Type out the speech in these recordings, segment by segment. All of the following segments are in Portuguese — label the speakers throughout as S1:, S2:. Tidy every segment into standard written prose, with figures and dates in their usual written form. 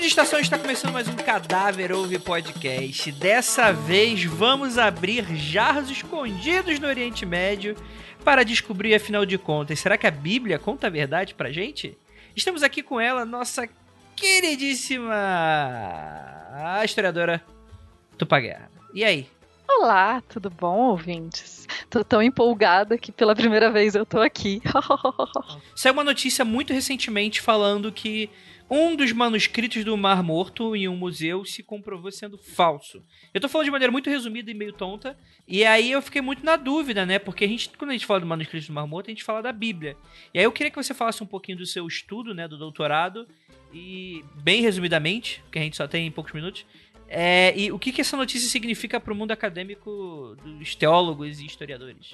S1: Estação, está começando mais um Cadáver Ouve Podcast. Dessa vez vamos abrir jarros escondidos no Oriente Médio para descobrir, afinal de contas, será que a Bíblia conta a verdade pra gente? Estamos aqui com ela, nossa queridíssima historiadora Tupá Guerra. E aí?
S2: Olá, tudo bom, ouvintes? Tô tão empolgada que pela primeira vez eu tô aqui.
S1: Saiu uma notícia muito recentemente falando que um dos manuscritos do Mar Morto em um museu se comprovou sendo falso. Eu tô falando de maneira muito resumida e meio tonta, e aí eu fiquei muito na dúvida, né? Porque quando a gente fala do manuscrito do Mar Morto, a gente fala da Bíblia. E aí eu queria que você falasse um pouquinho do seu estudo, né, do doutorado, e bem resumidamente, porque a gente só tem poucos minutos, e o que essa notícia significa para o mundo acadêmico dos teólogos e historiadores?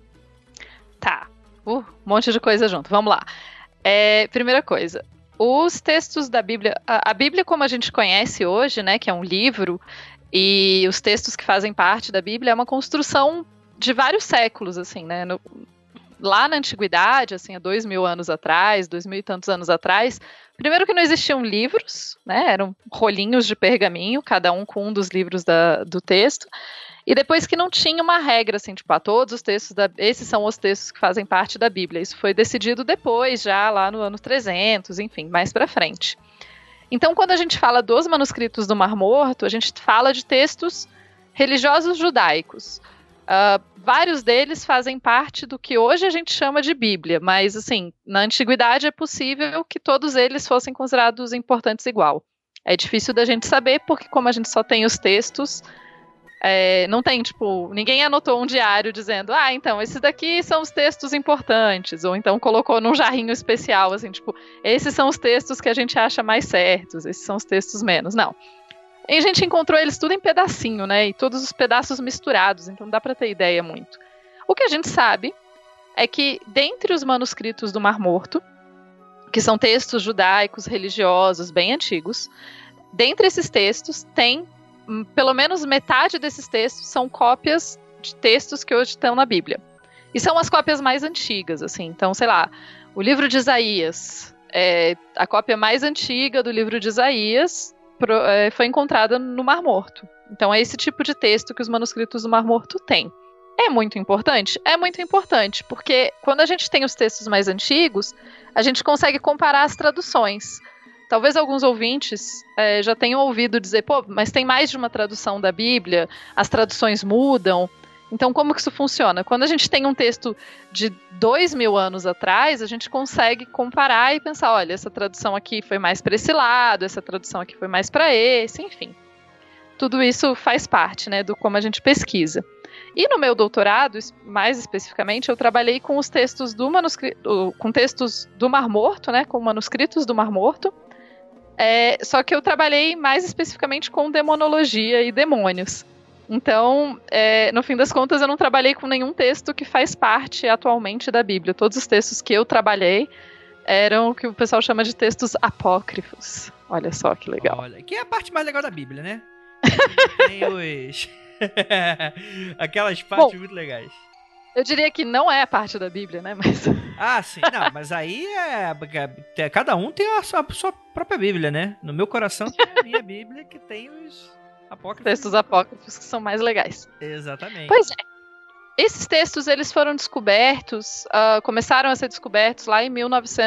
S2: Tá, um monte de coisa junto, vamos lá. Primeira coisa, os textos da Bíblia, a Bíblia como a gente conhece hoje, né, que é um livro, e os textos que fazem parte da Bíblia é uma construção de vários séculos, assim, né, lá na antiguidade, assim, há 2000 anos atrás, 2000 e tantos anos atrás, primeiro que não existiam livros, né, eram rolinhos de pergaminho, cada um com um dos livros do texto, e depois que não tinha uma regra, assim, tipo, todos os textos, esses são os textos que fazem parte da Bíblia. Isso foi decidido depois, já lá no ano 300, enfim, mais pra frente. Então, quando a gente fala dos manuscritos do Mar Morto, a gente fala de textos religiosos judaicos. Vários deles fazem parte do que hoje a gente chama de Bíblia, mas, assim, na antiguidade é possível que todos eles fossem considerados importantes igual. É difícil da gente saber, porque como a gente só tem os textos, não tem, tipo, ninguém anotou um diário dizendo, então, esses daqui são os textos importantes, ou então colocou num jarrinho especial, assim, tipo, esses são os textos que a gente acha mais certos, esses são os textos menos, não. E a gente encontrou eles tudo em pedacinho, né, e todos os pedaços misturados, então não dá pra ter ideia muito. O que a gente sabe é que, dentre os manuscritos do Mar Morto, que são textos judaicos, religiosos, bem antigos, dentre esses textos tem pelo menos metade desses textos são cópias de textos que hoje estão na Bíblia. E são as cópias mais antigas, assim. Então, sei lá, o livro de Isaías, a cópia mais antiga do livro de Isaías foi encontrada no Mar Morto. Então, é esse tipo de texto que os manuscritos do Mar Morto têm. É muito importante? É muito importante, porque quando a gente tem os textos mais antigos, a gente consegue comparar as traduções. Talvez alguns ouvintes já tenham ouvido dizer, mas tem mais de uma tradução da Bíblia, as traduções mudam. Então, como que isso funciona? Quando a gente tem um texto de 2000 anos atrás, a gente consegue comparar e pensar, olha, essa tradução aqui foi mais para esse lado, essa tradução aqui foi mais para esse, enfim. Tudo isso faz parte, né, do como a gente pesquisa. E no meu doutorado, mais especificamente, eu trabalhei com os textos com textos do Mar Morto, né, com manuscritos do Mar Morto. Só que eu trabalhei mais especificamente com demonologia e demônios. Então, no fim das contas, eu não trabalhei com nenhum texto que faz parte atualmente da Bíblia. Todos os textos que eu trabalhei eram o que o pessoal chama de textos apócrifos. Olha só que legal.
S1: Olha, que é a parte mais legal da Bíblia, né? Tem aquelas partes muito legais.
S2: Eu diria que não é a parte da Bíblia, né? Mas...
S1: sim. Não, mas aí cada um tem a sua própria Bíblia, né? No meu coração tem a minha Bíblia que tem os apócrifos.
S2: Textos apócrifos que são mais legais.
S1: Exatamente.
S2: Pois é. Esses textos, eles foram descobertos, começaram a ser descobertos lá em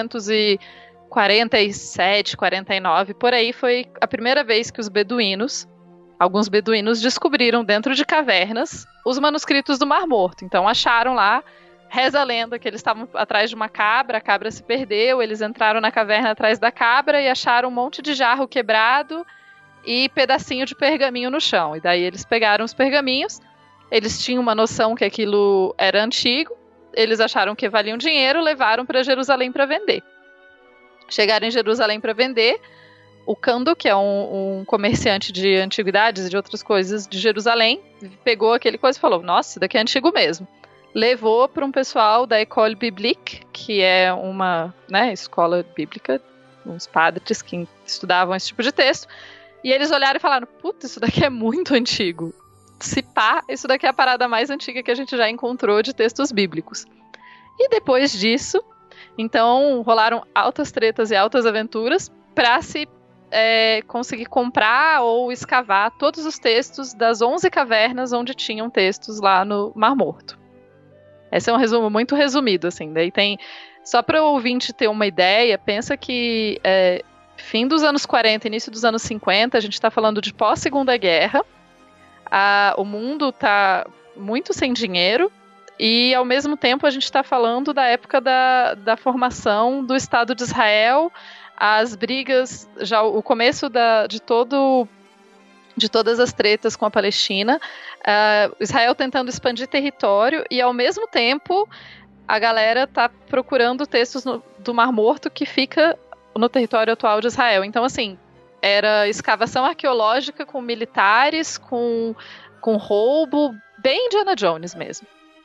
S2: 1947, 49. Por aí foi a primeira vez que alguns beduínos descobriram dentro de cavernas os manuscritos do Mar Morto. Então acharam lá, reza a lenda que eles estavam atrás de uma cabra, a cabra se perdeu, eles entraram na caverna atrás da cabra e acharam um monte de jarro quebrado e pedacinho de pergaminho no chão. E daí eles pegaram os pergaminhos, eles tinham uma noção que aquilo era antigo, eles acharam que valiam dinheiro, levaram para Jerusalém para vender. Chegaram em Jerusalém para vender. O Kando, que é um comerciante de antiguidades e de outras coisas de Jerusalém, pegou aquele coisa e falou, nossa, isso daqui é antigo mesmo. Levou para um pessoal da École Biblique, que é uma, né, escola bíblica, uns padres que estudavam esse tipo de texto, e eles olharam e falaram, puta, isso daqui é muito antigo. Se pá, isso daqui é a parada mais antiga que a gente já encontrou de textos bíblicos. E depois disso, então, rolaram altas tretas e altas aventuras para se conseguir comprar ou escavar todos os textos das 11 cavernas onde tinham textos lá no Mar Morto. Esse é um resumo muito resumido, assim. Daí tem, só para o ouvinte ter uma ideia, pensa que fim dos anos 40, início dos anos 50, a gente está falando de pós-Segunda Guerra, o mundo está muito sem dinheiro, e ao mesmo tempo a gente está falando da época da formação do Estado de Israel, as brigas, já o começo de todas as tretas com a Palestina, Israel tentando expandir território, e ao mesmo tempo a galera tá procurando textos do Mar Morto que fica no território atual de Israel. Então, assim, era escavação arqueológica com militares, com roubo, bem Indiana Jones mesmo.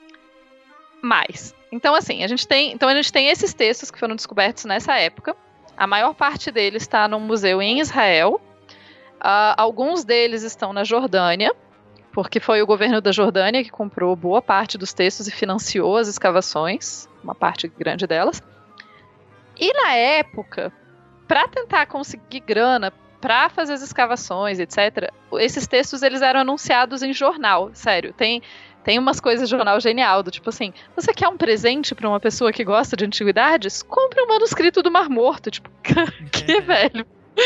S2: Então, assim, a gente tem esses textos que foram descobertos nessa época. A maior parte deles está num museu em Israel. Alguns deles estão na Jordânia, porque foi o governo da Jordânia que comprou boa parte dos textos e financiou as escavações, uma parte grande delas. E na época, para tentar conseguir grana para fazer as escavações, etc., esses textos eles eram anunciados em jornal, sério. Tem umas coisas de jornal genial, do tipo assim, você quer um presente para uma pessoa que gosta de antiguidades? Compre um manuscrito do Mar Morto. Tipo, que velho.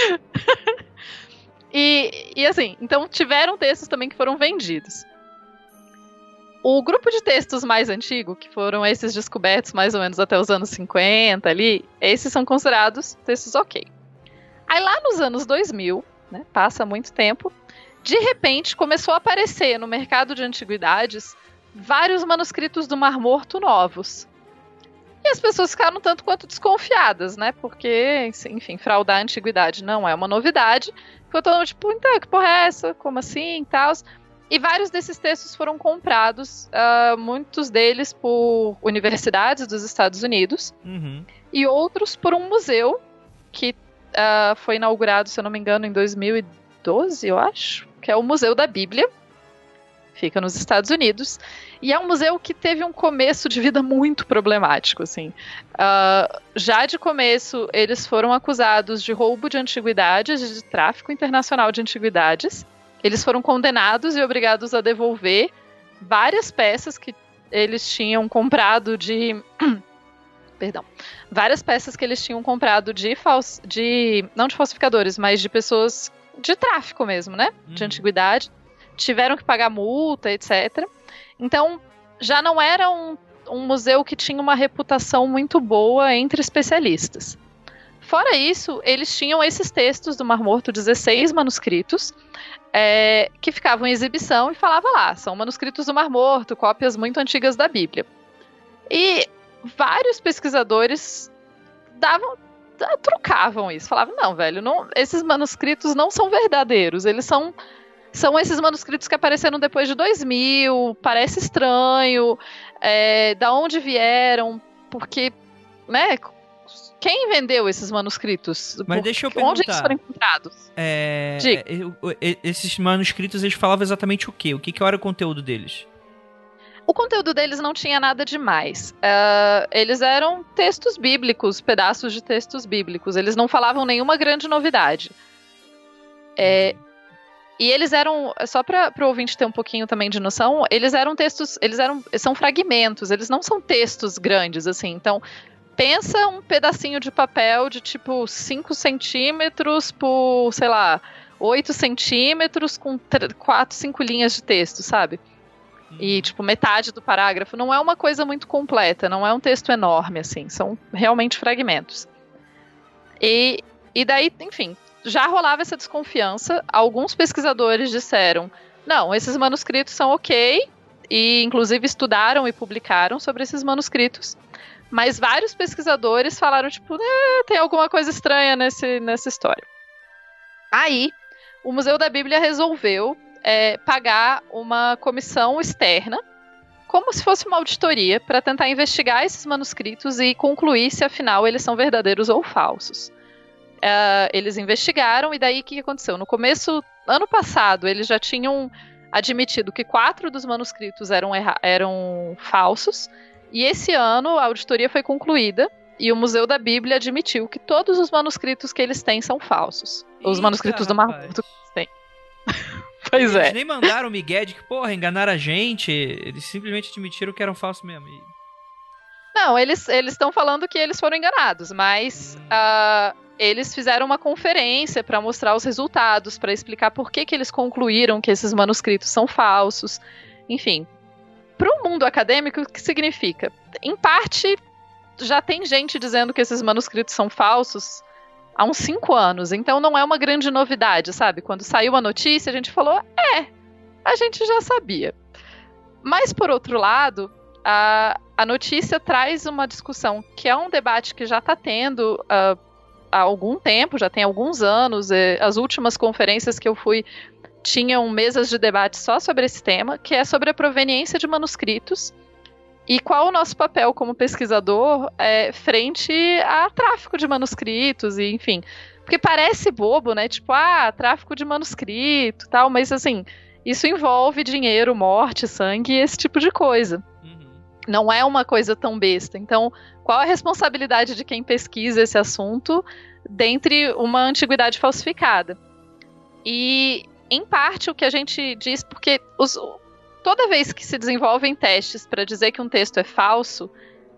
S2: E assim, então tiveram textos também que foram vendidos. O grupo de textos mais antigo, que foram esses descobertos mais ou menos até os anos 50 ali, esses são considerados textos ok. Aí lá nos anos 2000, né, passa muito tempo, de repente começou a aparecer no mercado de antiguidades vários manuscritos do Mar Morto novos. E as pessoas ficaram tanto quanto desconfiadas, né? Porque, enfim, fraudar a antiguidade não é uma novidade. Ficou todo mundo tipo, então, que porra é essa? Como assim? E vários desses textos foram comprados, muitos deles por universidades dos Estados Unidos, e outros por um museu que foi inaugurado, se eu não me engano, em 2012, eu acho, que é o Museu da Bíblia. Fica nos Estados Unidos, e é um museu que teve um começo de vida muito problemático, assim. Já de começo, eles foram acusados de roubo de antiguidades, de tráfico internacional de antiguidades. Eles foram condenados e obrigados a devolver várias peças que eles tinham comprado várias peças que eles tinham comprado não de falsificadores, mas de pessoas de tráfico mesmo, né? De antiguidade. Tiveram que pagar multa, etc. Então, já não era um museu que tinha uma reputação muito boa entre especialistas. Fora isso, eles tinham esses textos do Mar Morto, 16 manuscritos, que ficavam em exibição e falava lá, são manuscritos do Mar Morto, cópias muito antigas da Bíblia. E vários pesquisadores trocavam isso, falavam, não, velho, esses manuscritos não são verdadeiros, eles são esses manuscritos que apareceram depois de 2000, parece estranho, da onde vieram, porque, né, quem vendeu esses manuscritos?
S1: Mas deixa eu perguntar.
S2: Onde eles foram encontrados?
S1: Esses manuscritos, eles falavam exatamente o quê? O que era o conteúdo deles?
S2: O conteúdo deles não tinha nada demais. Eles eram textos bíblicos, pedaços de textos bíblicos. Eles não falavam nenhuma grande novidade. E eles eram, só para o ouvinte ter um pouquinho também de noção, eles eram textos, são fragmentos, eles não são textos grandes, assim. Então, pensa um pedacinho de papel de tipo 5 centímetros por, sei lá, 8 centímetros com 4, 5 linhas de texto, sabe? E tipo, metade do parágrafo. Não é uma coisa muito completa, não é um texto enorme, assim, são realmente fragmentos. E daí, enfim, já rolava essa desconfiança. Alguns pesquisadores disseram, não, esses manuscritos são ok, e inclusive estudaram e publicaram sobre esses manuscritos, mas vários pesquisadores falaram, tipo, tem alguma coisa estranha nessa história. Aí, o Museu da Bíblia resolveu pagar uma comissão externa, como se fosse uma auditoria, para tentar investigar esses manuscritos e concluir se afinal eles são verdadeiros ou falsos. Eles investigaram, e daí o que aconteceu? No começo, ano passado, eles já tinham admitido que 4 dos manuscritos eram falsos, e esse ano a auditoria foi concluída, e o Museu da Bíblia admitiu que todos os manuscritos que eles têm são falsos. Os manuscritos do Mar Morto que eles têm. Pois
S1: eles
S2: é.
S1: nem mandaram o migué de que, porra, enganaram a gente. Eles simplesmente admitiram que eram falsos mesmo.
S2: Não, eles estão falando que eles foram enganados, mas eles fizeram uma conferência para mostrar os resultados, para explicar por que eles concluíram que esses manuscritos são falsos. Enfim, para o mundo acadêmico, o que significa? Em parte, já tem gente dizendo que esses manuscritos são falsos há uns 5 anos, então não é uma grande novidade, sabe? Quando saiu a notícia, a gente falou, a gente já sabia. Mas, por outro lado, a notícia traz uma discussão, que é um debate que já está tendo há algum tempo, já tem alguns anos. As últimas conferências que eu fui tinham mesas de debate só sobre esse tema, que é sobre a proveniência de manuscritos e qual o nosso papel como pesquisador frente a tráfico de manuscritos, e enfim. Porque parece bobo, né? Tipo, tráfico de manuscrito e tal, mas assim, isso envolve dinheiro, morte, sangue e esse tipo de coisa. Não é uma coisa tão besta. Então, qual a responsabilidade de quem pesquisa esse assunto dentre uma antiguidade falsificada? E, em parte, o que a gente diz, porque toda vez que se desenvolvem testes para dizer que um texto é falso,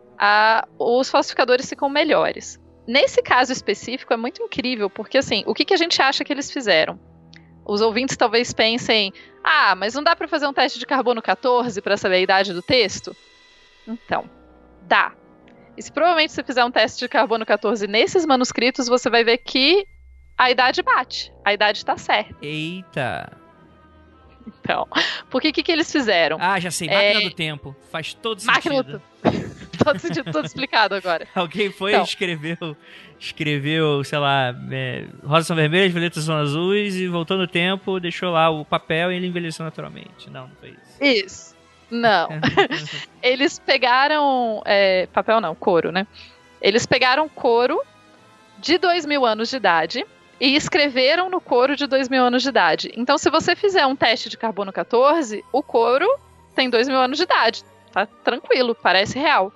S2: os falsificadores ficam melhores. Nesse caso específico, é muito incrível, porque, assim, o que a gente acha que eles fizeram? Os ouvintes talvez pensem, mas não dá para fazer um teste de carbono 14 para saber a idade do texto? Então, dá. E se provavelmente você fizer um teste de carbono 14 nesses manuscritos, você vai ver que a idade bate. A idade está certa.
S1: Eita!
S2: Então, por que eles fizeram?
S1: Já sei. Máquina do tempo. Faz todo sentido.
S2: Todo sentido, todo explicado agora.
S1: Alguém foi e escreveu, sei lá, rosas são vermelhas, violetas são azuis, e voltou no tempo, deixou lá o papel e ele envelheceu naturalmente. Não foi isso.
S2: Isso. Não. Eles pegaram... papel não, couro, né? Eles pegaram couro de 2.000 anos de idade e escreveram no couro de 2.000 anos de idade. Então, se você fizer um teste de carbono 14, o couro tem 2.000 anos de idade. Tá tranquilo, parece real.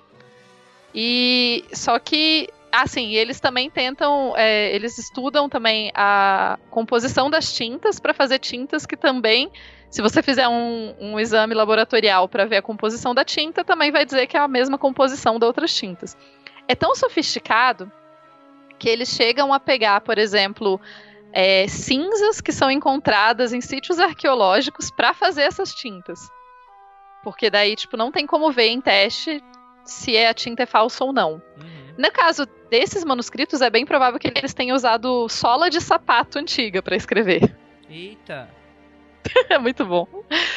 S2: E só que, assim, eles também tentam... eles estudam também a composição das tintas para fazer tintas que também... Se você fizer um exame laboratorial para ver a composição da tinta, também vai dizer que é a mesma composição das outras tintas. É tão sofisticado que eles chegam a pegar, por exemplo, cinzas que são encontradas em sítios arqueológicos para fazer essas tintas. Porque daí, tipo, não tem como ver em teste se a tinta é falsa ou não. No caso desses manuscritos, é bem provável que eles tenham usado sola de sapato antiga para escrever.
S1: Eita!
S2: É muito bom.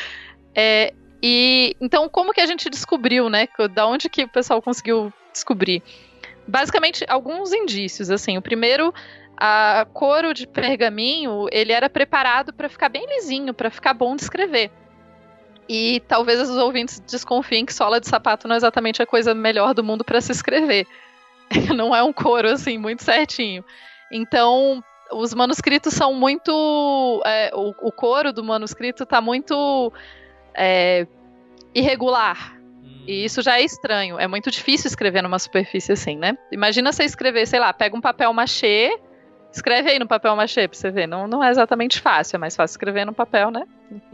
S2: E então, como que a gente descobriu, né? Da onde que o pessoal conseguiu descobrir? Basicamente, alguns indícios, assim. O primeiro, a couro de pergaminho, ele era preparado para ficar bem lisinho, para ficar bom de escrever. E talvez os ouvintes desconfiem que sola de sapato não é exatamente a coisa melhor do mundo para se escrever. Não é um couro, assim, muito certinho. Então... Os manuscritos são muito... o couro do manuscrito está muito irregular. E isso já é estranho. É muito difícil escrever numa superfície assim, né? Imagina você escrever, sei lá, pega um papel machê, escreve aí no papel machê pra você ver. Não é exatamente fácil, é mais fácil escrever no papel, né?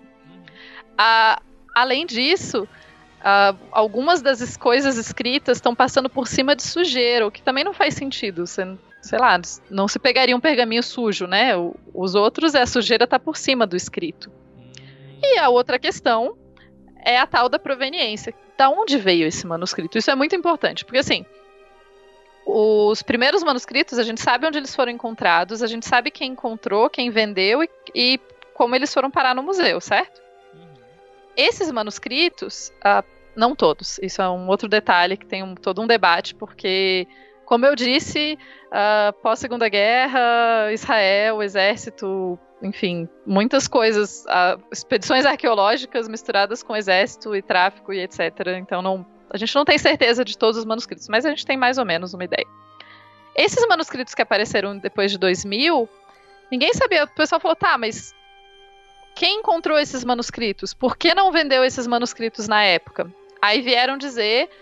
S2: Além disso, algumas das coisas escritas estão passando por cima de sujeira, o que também não faz sentido. Sei lá, não se pegaria um pergaminho sujo, né? Os outros, a sujeira tá por cima do escrito. E a outra questão é a tal da proveniência. Da onde veio esse manuscrito? Isso é muito importante, porque assim, os primeiros manuscritos, a gente sabe onde eles foram encontrados, a gente sabe quem encontrou, quem vendeu e como eles foram parar no museu, certo? Esses manuscritos, não todos, isso é um outro detalhe que tem todo um debate, porque... Como eu disse, pós-Segunda Guerra, Israel, o exército, enfim, muitas coisas, expedições arqueológicas misturadas com exército e tráfico e etc. Então a gente não tem certeza de todos os manuscritos, mas a gente tem mais ou menos uma ideia. Esses manuscritos que apareceram depois de 2000, ninguém sabia, o pessoal falou, mas quem encontrou esses manuscritos? Por que não vendeu esses manuscritos na época? Aí vieram dizer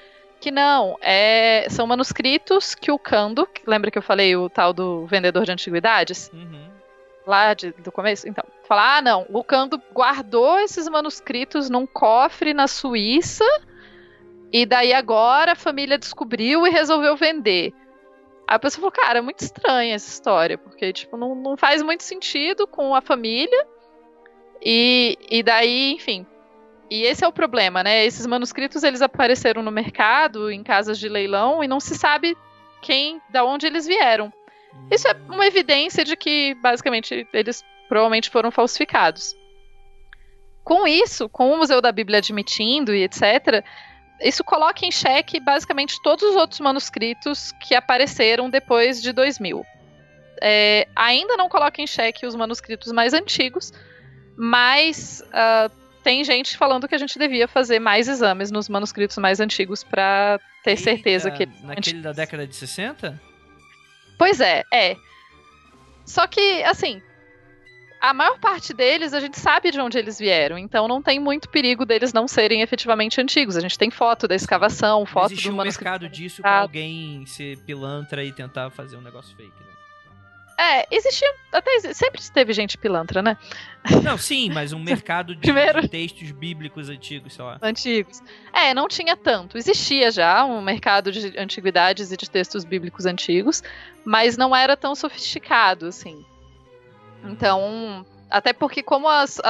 S2: que não, são manuscritos que o Kando, lembra que eu falei o tal do vendedor de antiguidades? Lá do começo? Então, falar, não, o Kando guardou esses manuscritos num cofre na Suíça, e daí agora a família descobriu e resolveu vender. Aí a pessoa falou, cara, é muito estranha essa história, porque, tipo, não faz muito sentido com a família, e daí, enfim. E esse é o problema, né? Esses manuscritos, eles apareceram no mercado, em casas de leilão, e não se sabe da onde eles vieram. Isso é uma evidência de que, basicamente, eles provavelmente foram falsificados. Com isso, com o Museu da Bíblia admitindo e etc., isso coloca em xeque, basicamente, todos os outros manuscritos que apareceram depois de 2000. Ainda não coloca em xeque os manuscritos mais antigos, mas tem gente falando que a gente devia fazer mais exames nos manuscritos mais antigos para ter certeza que eles são
S1: naquele
S2: antigos.
S1: da década de 60?
S2: Pois é. Só que, assim, a maior parte deles a gente sabe de onde eles vieram, então não tem muito perigo deles não serem efetivamente antigos. A gente tem foto da escavação, foto do manuscrito.
S1: Existe um mercado disso pra alguém ser pilantra e tentar fazer um negócio fake, né?
S2: Existia, sempre teve gente pilantra, né?
S1: Não, sim, mas um mercado de textos bíblicos antigos, sei lá.
S2: Antigos. Não tinha tanto. Existia já um mercado de antiguidades e de textos bíblicos antigos, mas não era tão sofisticado, assim. Então, até porque como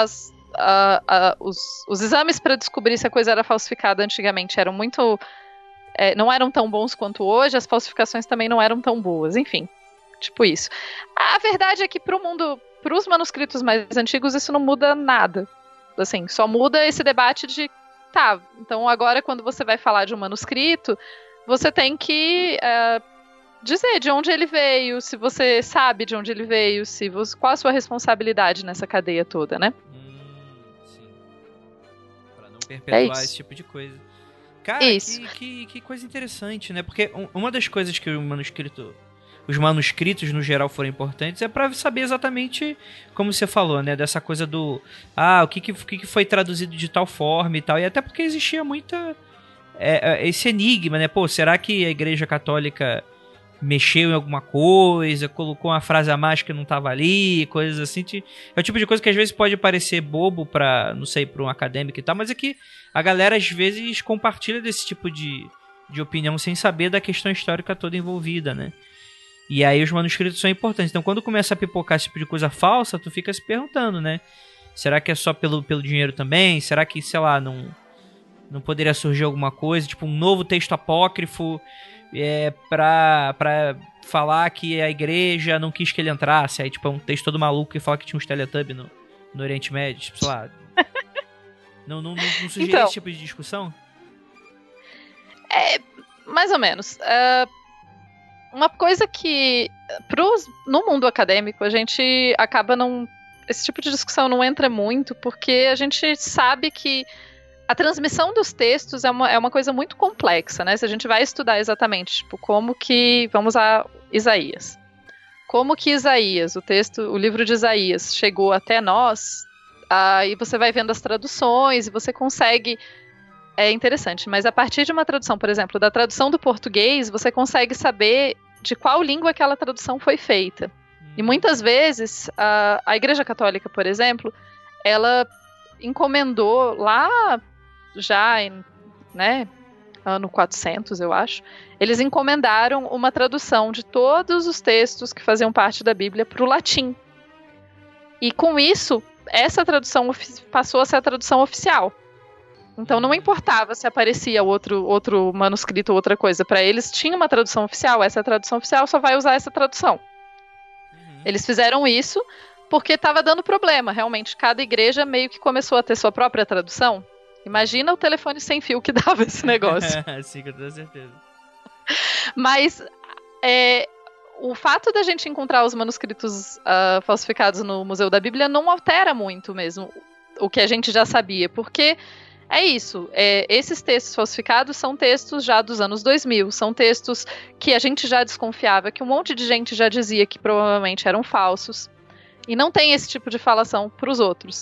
S2: os exames para descobrir se a coisa era falsificada antigamente eram muito... não eram tão bons quanto hoje, as falsificações também não eram tão boas, enfim. Tipo isso. A verdade é que para os manuscritos mais antigos, isso não muda nada. Assim, só muda esse debate de, então agora quando você vai falar de um manuscrito, você tem que dizer de onde ele veio, se você sabe de onde ele veio, qual a sua responsabilidade nessa cadeia toda, né?
S1: Sim. Para não perpetuar esse tipo de coisa. Cara, que coisa interessante, né? Porque uma das coisas que os manuscritos no geral foram importantes é para saber exatamente como você falou, né, dessa coisa do o que foi traduzido de tal forma e tal, e até porque existia muita esse enigma, né, será que a Igreja Católica mexeu em alguma coisa, colocou uma frase a mais que não tava ali, coisas assim, é o tipo de coisa que às vezes pode parecer bobo para um acadêmico e tal, mas é que a galera às vezes compartilha desse tipo de opinião sem saber da questão histórica toda envolvida, né. E aí os manuscritos são importantes. Então quando começa a pipocar esse tipo de coisa falsa, tu fica se perguntando, né? Será que é só pelo dinheiro também? Será que, sei lá, não poderia surgir alguma coisa? Tipo um novo texto apócrifo pra falar que a igreja não quis que ele entrasse. Aí tipo é um texto todo maluco que fala que tinha uns Teletubbies no Oriente Médio. Tipo, sei lá. Não surgiria
S2: então,
S1: esse tipo de discussão?
S2: Mais ou menos. Uma coisa que no mundo acadêmico a gente acaba esse tipo de discussão não entra muito, porque a gente sabe que a transmissão dos textos é uma coisa muito complexa, né? Se a gente vai estudar exatamente, tipo, vamos a Isaías. Como que Isaías, o livro de Isaías, chegou até nós, aí você vai vendo as traduções e você consegue... É interessante, mas a partir de uma tradução, por exemplo, da tradução do português, você consegue saber de qual língua aquela tradução foi feita. E muitas vezes, a Igreja Católica, por exemplo, ela encomendou lá, já em ano 400, eu acho, eles encomendaram uma tradução de todos os textos que faziam parte da Bíblia para o latim. E com isso, essa tradução passou a ser a tradução oficial. Então não importava se aparecia outro manuscrito ou outra coisa. Para eles tinha uma tradução oficial. Essa tradução oficial só vai usar essa tradução. Eles fizeram isso porque estava dando problema. Realmente, cada igreja meio que começou a ter sua própria tradução. Imagina o telefone sem fio que dava esse negócio.
S1: Sim, com toda certeza.
S2: Mas o fato da gente encontrar os manuscritos falsificados no Museu da Bíblia não altera muito mesmo o que a gente já sabia. Porque... é isso, esses textos falsificados são textos já dos anos 2000, são textos que a gente já desconfiava, que um monte de gente já dizia que provavelmente eram falsos, e não tem esse tipo de falação para os outros.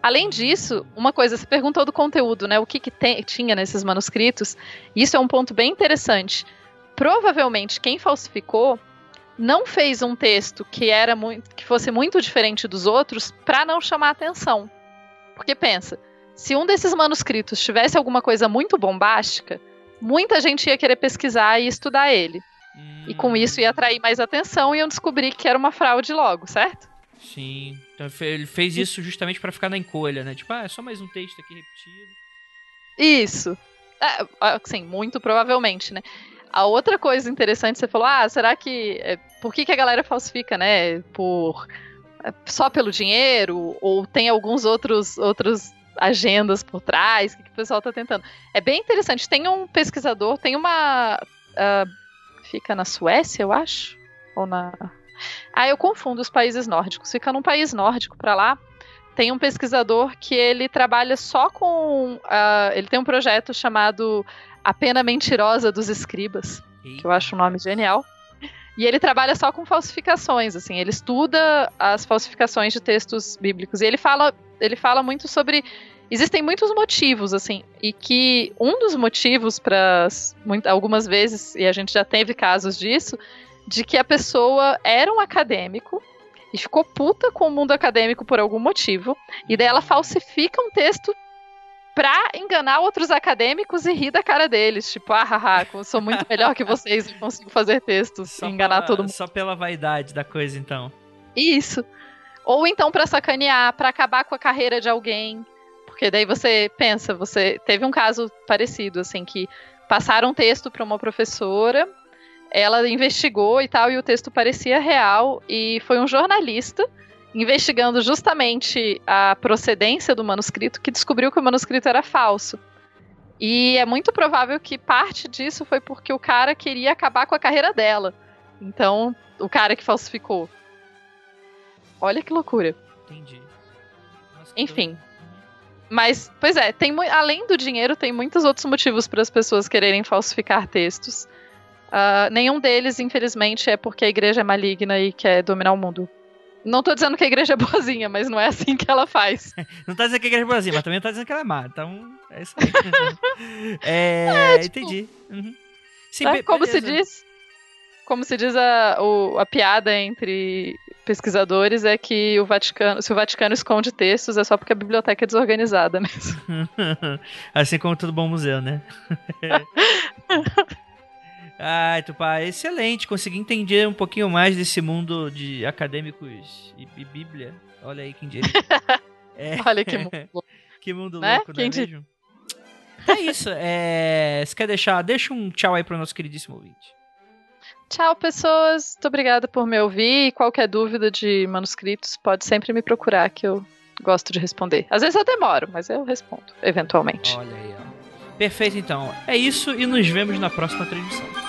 S2: Além disso, uma coisa, você perguntou do conteúdo, né? O que tinha nesses manuscritos. Isso é um ponto bem interessante. Provavelmente, quem falsificou não fez um texto que fosse muito diferente dos outros para não chamar atenção. Porque pensa, se um desses manuscritos tivesse alguma coisa muito bombástica, muita gente ia querer pesquisar e estudar ele. E com isso ia atrair mais atenção e iam descobrir que era uma fraude logo, certo?
S1: Sim, então ele fez isso justamente pra ficar na encolha, né? Tipo, é só mais um texto aqui repetido.
S2: Isso. Sim, muito provavelmente, né? A outra coisa interessante, você falou, será que... por que a galera falsifica, né? Só pelo dinheiro? Ou tem alguns outros agendas por trás? O que o pessoal tá tentando? É bem interessante. Tem um pesquisador, tem uma... fica na Suécia, eu acho? Ou na... eu confundo os países nórdicos. Fica num país nórdico pra lá. Tem um pesquisador que ele trabalha só com... ele tem um projeto chamado A Pena Mentirosa dos Escribas, que eu acho um nome genial. E ele trabalha só com falsificações, assim. Ele estuda as falsificações de textos bíblicos. E ele fala muito sobre... Existem muitos motivos, assim, e que um dos motivos para algumas vezes, e a gente já teve casos disso, de que a pessoa era um acadêmico e ficou puta com o mundo acadêmico por algum motivo, e daí ela falsifica um texto pra enganar outros acadêmicos e rir da cara deles. Tipo, eu sou muito melhor que vocês e consigo fazer textos e enganar todo mundo.
S1: Só pela vaidade da coisa, então.
S2: Isso. Ou então pra sacanear, pra acabar com a carreira de alguém. Porque daí você pensa, teve um caso parecido, assim, que passaram um texto pra uma professora, ela investigou e tal, e o texto parecia real, e foi um jornalista investigando justamente a procedência do manuscrito que descobriu que o manuscrito era falso. E é muito provável que parte disso foi porque o cara queria acabar com a carreira dela. Então, o cara que falsificou. Olha que loucura.
S1: Entendi. Nossa,
S2: enfim. Mas, pois é, além do dinheiro, tem muitos outros motivos para as pessoas quererem falsificar textos. Nenhum deles, infelizmente, é porque a igreja é maligna e quer dominar o mundo. Não tô dizendo que a igreja é boazinha, mas não é assim que ela faz.
S1: Não tá dizendo que a igreja é boazinha, mas também não tá dizendo que ela é má. Então, é isso aí. Entendi. Uhum. Sim,
S2: como se diz a piada entre pesquisadores é que se o Vaticano esconde textos é só porque a biblioteca é desorganizada mesmo.
S1: Assim como todo bom museu, né? Ai, Tupá, excelente. Consegui entender um pouquinho mais desse mundo de acadêmicos e Bíblia. Olha aí quem diria.
S2: Olha que mundo louco.
S1: Que mundo louco, não é mesmo? É isso. Você quer deixa um tchau aí pro nosso queridíssimo ouvinte.
S2: Tchau, pessoas. Muito obrigada por me ouvir. E qualquer dúvida de manuscritos, pode sempre me procurar, que eu gosto de responder. Às vezes eu demoro, mas eu respondo, eventualmente.
S1: Olha aí, ó. Perfeito, então. É isso e nos vemos na próxima transmissão.